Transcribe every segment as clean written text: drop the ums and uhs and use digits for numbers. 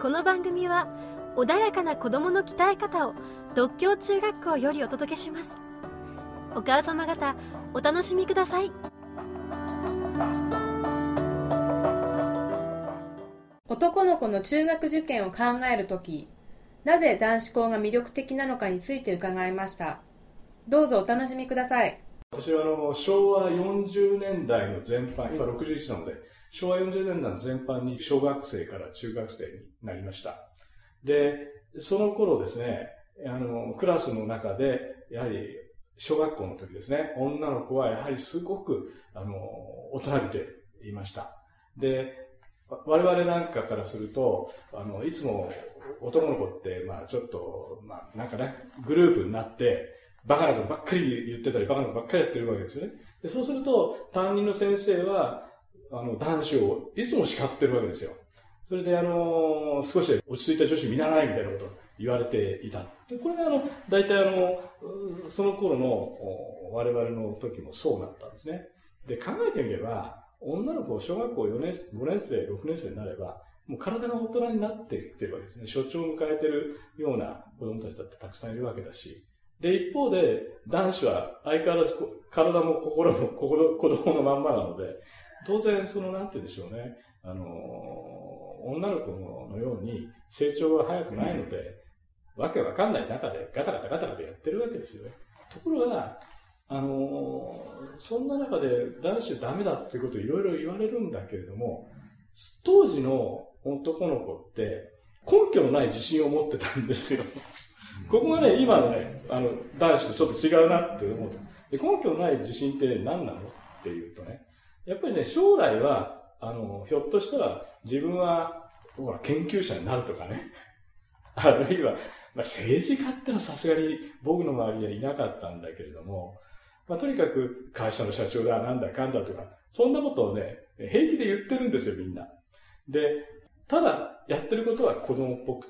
この番組は穏やかな子どもの鍛え方を独協中学校よりお届けします。お母様方お楽しみください。 男の子の中学受験を考えるとき、なぜ男子校が魅力的なのかについて伺いました。どうぞお楽しみください。 私は昭和40年代の全般、今61なので、昭和40年代の全般に小学生から中学生になりました。で、その頃ですね、クラスの中で、やはり小学校の時ですね、女の子はやはりすごく、大人びていました。で、我々なんかからすると、いつも男の子って、ちょっと、なんかね、グループになって、バカなことばっかり言ってたり、バカなことばっかりやってるわけですよね。で、そうすると、担任の先生は、男子をいつも叱ってるわけですよ。それで、少し落ち着いた女子見習いみたいなことを言われていた。で、これが大体その頃の我々の時もそうなったんですね。で、考えてみれば、女の子、小学校4年、5年生、6年生になれば、もう体が大人になってきてるわけですね。初潮を迎えてるような子供たちだってたくさんいるわけだし。で、一方で、男子は相変わらず体も心も子供のまんまなので、当然、なんて言うんでしょうね。女の子のように成長が早くないので、わけわかんない中でガタガタガタガタやってるわけですよね。ところが、そんな中で男子はダメだっていうことをいろいろ言われるんだけれども、当時の男の子って根拠のない自信を持ってたんですよ。ここがね、今のね、男子とちょっと違うなって思うと。で、根拠のない自信って何なのっていうとね、やっぱりね、将来は、ひょっとしたら自分は、研究者になるとかね。あるいは、政治家ってのはさすがに僕の周りにはいなかったんだけれども、とにかく会社の社長だ、なんだかんだとか、そんなことをね、平気で言ってるんですよ、みんな。で、ただ、やってることは子供っぽくって、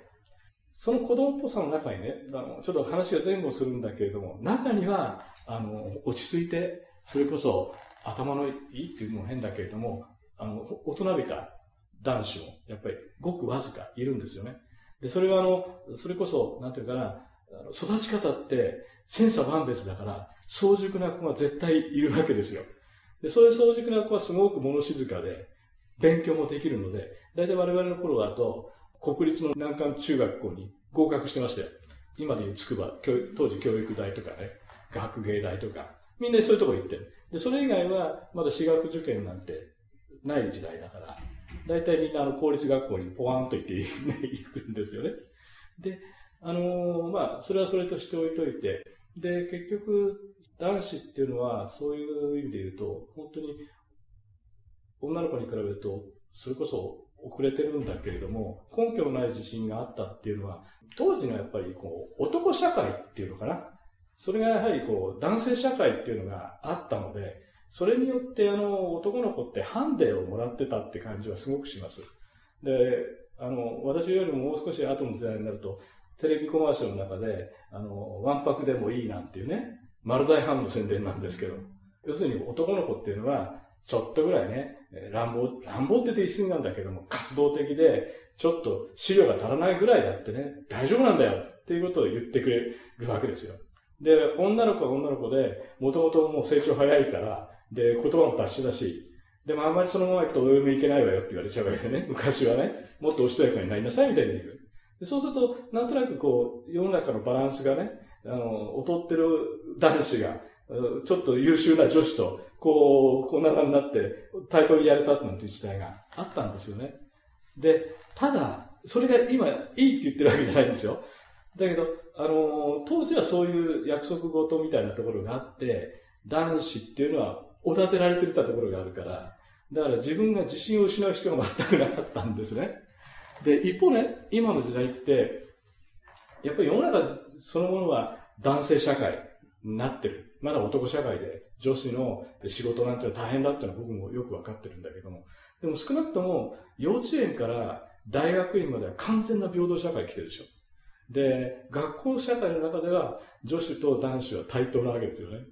その子供っぽさの中にね、ちょっと話が前後するんだけれども、中には、落ち着いて、それこそ頭のいいっていうのも変だけれども、大人びた男子も、やっぱりごくわずかいるんですよね。で、それはそれこそ、なんていうかな、育ち方って、千差万別だから、早熟な子が絶対いるわけですよ。で、そういう早熟な子はすごく物静かで、勉強もできるので、だいたい我々の頃だと、国立の難関中学校に合格してましたよ。今でいう筑波、当時教育大とかね、学芸大とか、みんなそういうとこ行ってる。で、それ以外は、まだ私学受験なんてない時代だから、だいたいみんな公立学校にポワンと行って行くんですよね。で、それはそれとしておいといて、で、結局、男子っていうのは、そういう意味で言うと、本当に、女の子に比べると、それこそ遅れてるんだけれども、根拠のない自信があったっていうのは、当時のやっぱり男社会っていうのかな。それがやはり男性社会っていうのがあったので、それによって男の子ってハンデをもらってたって感じはすごくします。で、私よりももう少し後の時代になると、テレビコマーシャルの中で、わんぱくでもいいなんていうね、丸大ハムの宣伝なんですけど、要するに男の子っていうのは、ちょっとぐらいね、乱暴って言って言い過ぎなんだけども、活動的で、ちょっと資料が足らないぐらいだってね、大丈夫なんだよっていうことを言ってくれるわけですよ。で、女の子は女の子で、もともともう成長早いから、で、言葉も達者だし、でもあんまりそのまま行くとお嫁いけないわよって言われちゃうわけでね、昔はね、もっとおしとやかになりなさいみたいに言う。でそうすると、なんとなく世の中のバランスがね、劣ってる男子が、ちょっと優秀な女子と、こんなになって、対等にやれたなんていう時代があったんですよね。で、ただ、それが今、いいって言ってるわけじゃないんですよ。だけど、当時はそういう約束事みたいなところがあって、男子っていうのは、おだてられてたところがあるから、だから自分が自信を失う必要が全くなかったんですね。で、一方ね、今の時代って、やっぱり世の中そのものは男性社会になってる。まだ男社会で女子の仕事なんて大変だってのは僕もよくわかってるんだけども。でも少なくとも幼稚園から大学院までは完全な平等社会来てるでしょ。で、学校社会の中では女子と男子は対等なわけですよね。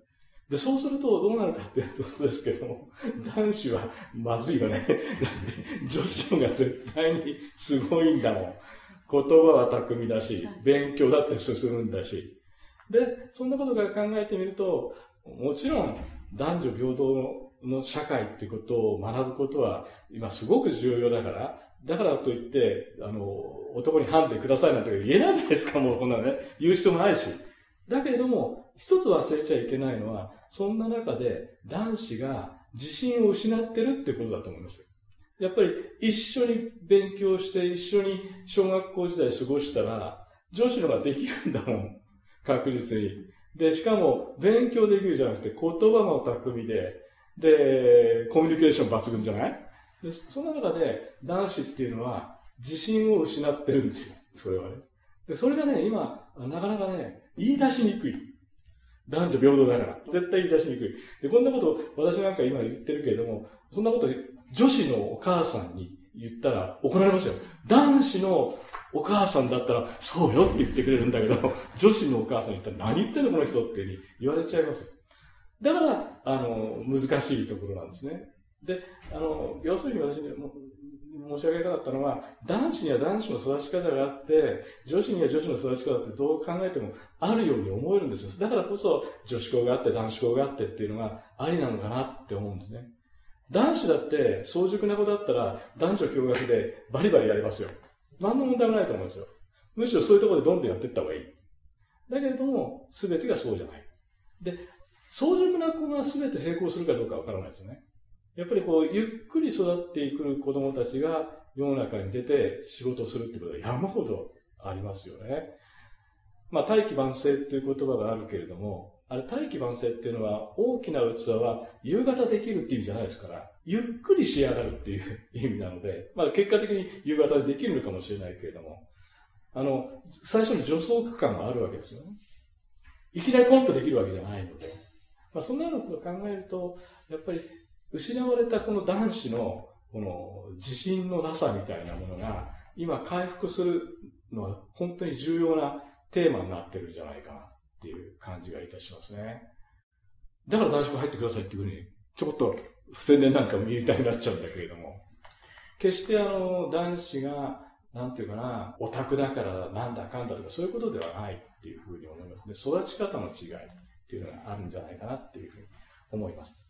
で、そうするとどうなるかってことですけども、男子はまずいよね。だって女子のが絶対にすごいんだもん。言葉は巧みだし、勉強だって進むんだし。で、そんなことから考えてみると、もちろん男女平等の社会っていうことを学ぶことは今すごく重要だから、だからといって、男にハンデくださいなんて言えないじゃないですか、もうこんなのね。言う必要もないし。だけれども、一つ忘れちゃいけないのは、そんな中で男子が自信を失ってるってことだと思いますよ。やっぱり一緒に勉強して一緒に小学校時代過ごしたら、女子のができるんだもん。確実に。で、しかも勉強できるじゃなくて言葉も巧みで、コミュニケーション抜群じゃない？で、その中で男子っていうのは自信を失ってるんですよ。それはね。で、それがね、今、なかなかね、言い出しにくい。男女平等だから。絶対言い出しにくい。で、こんなこと私なんか今言ってるけれども、そんなこと女子のお母さんに言ったら怒られますよ。男子のお母さんだったら、そうよって言ってくれるんだけど、女子のお母さんに言ったら何言ってんのこの人って言われちゃいますよ。だから、難しいところなんですね。で、要するに私に申し上げたかったのは、男子には男子の育ち方があって、女子には女子の育ち方ってどう考えてもあるように思えるんですよ。だからこそ女子校があって男子校があってっていうのがありなのかなって思うんですね。男子だって早熟な子だったら男女共学でバリバリやりますよ。何の問題もないと思うんですよ。むしろそういうところでどんどんやっていった方がいい。だけれども、全てがそうじゃない。で、早熟な子が全て成功するかどうかわからないですよね。やっぱりゆっくり育っていく子供たちが世の中に出て仕事をするってことは山ほどありますよね。まあ、大器晩成っていう言葉があるけれども、あれ大器晩成っていうのは大きな器は夕方できるっていう意味じゃないですから、ゆっくり仕上がるっていう意味なので、まあ結果的に夕方でできるのかもしれないけれども、最初に助走区間があるわけですよね。いきなりコンとできるわけじゃないので、まあそんなようなことを考えると、やっぱり失われたこの男子のこの自信のなさみたいなものが今回復するのは本当に重要なテーマになってるんじゃないかなっていう感じがいたしますね。だから男子校入ってくださいっていうふうにちょこっと宣伝なんかも言いたくなっちゃうんだけれども、決して男子がなんていうかな、オタクだからなんだかんだとかそういうことではないっていうふうに思いますね。育ち方の違いっていうのがあるんじゃないかなっていうふうに思います。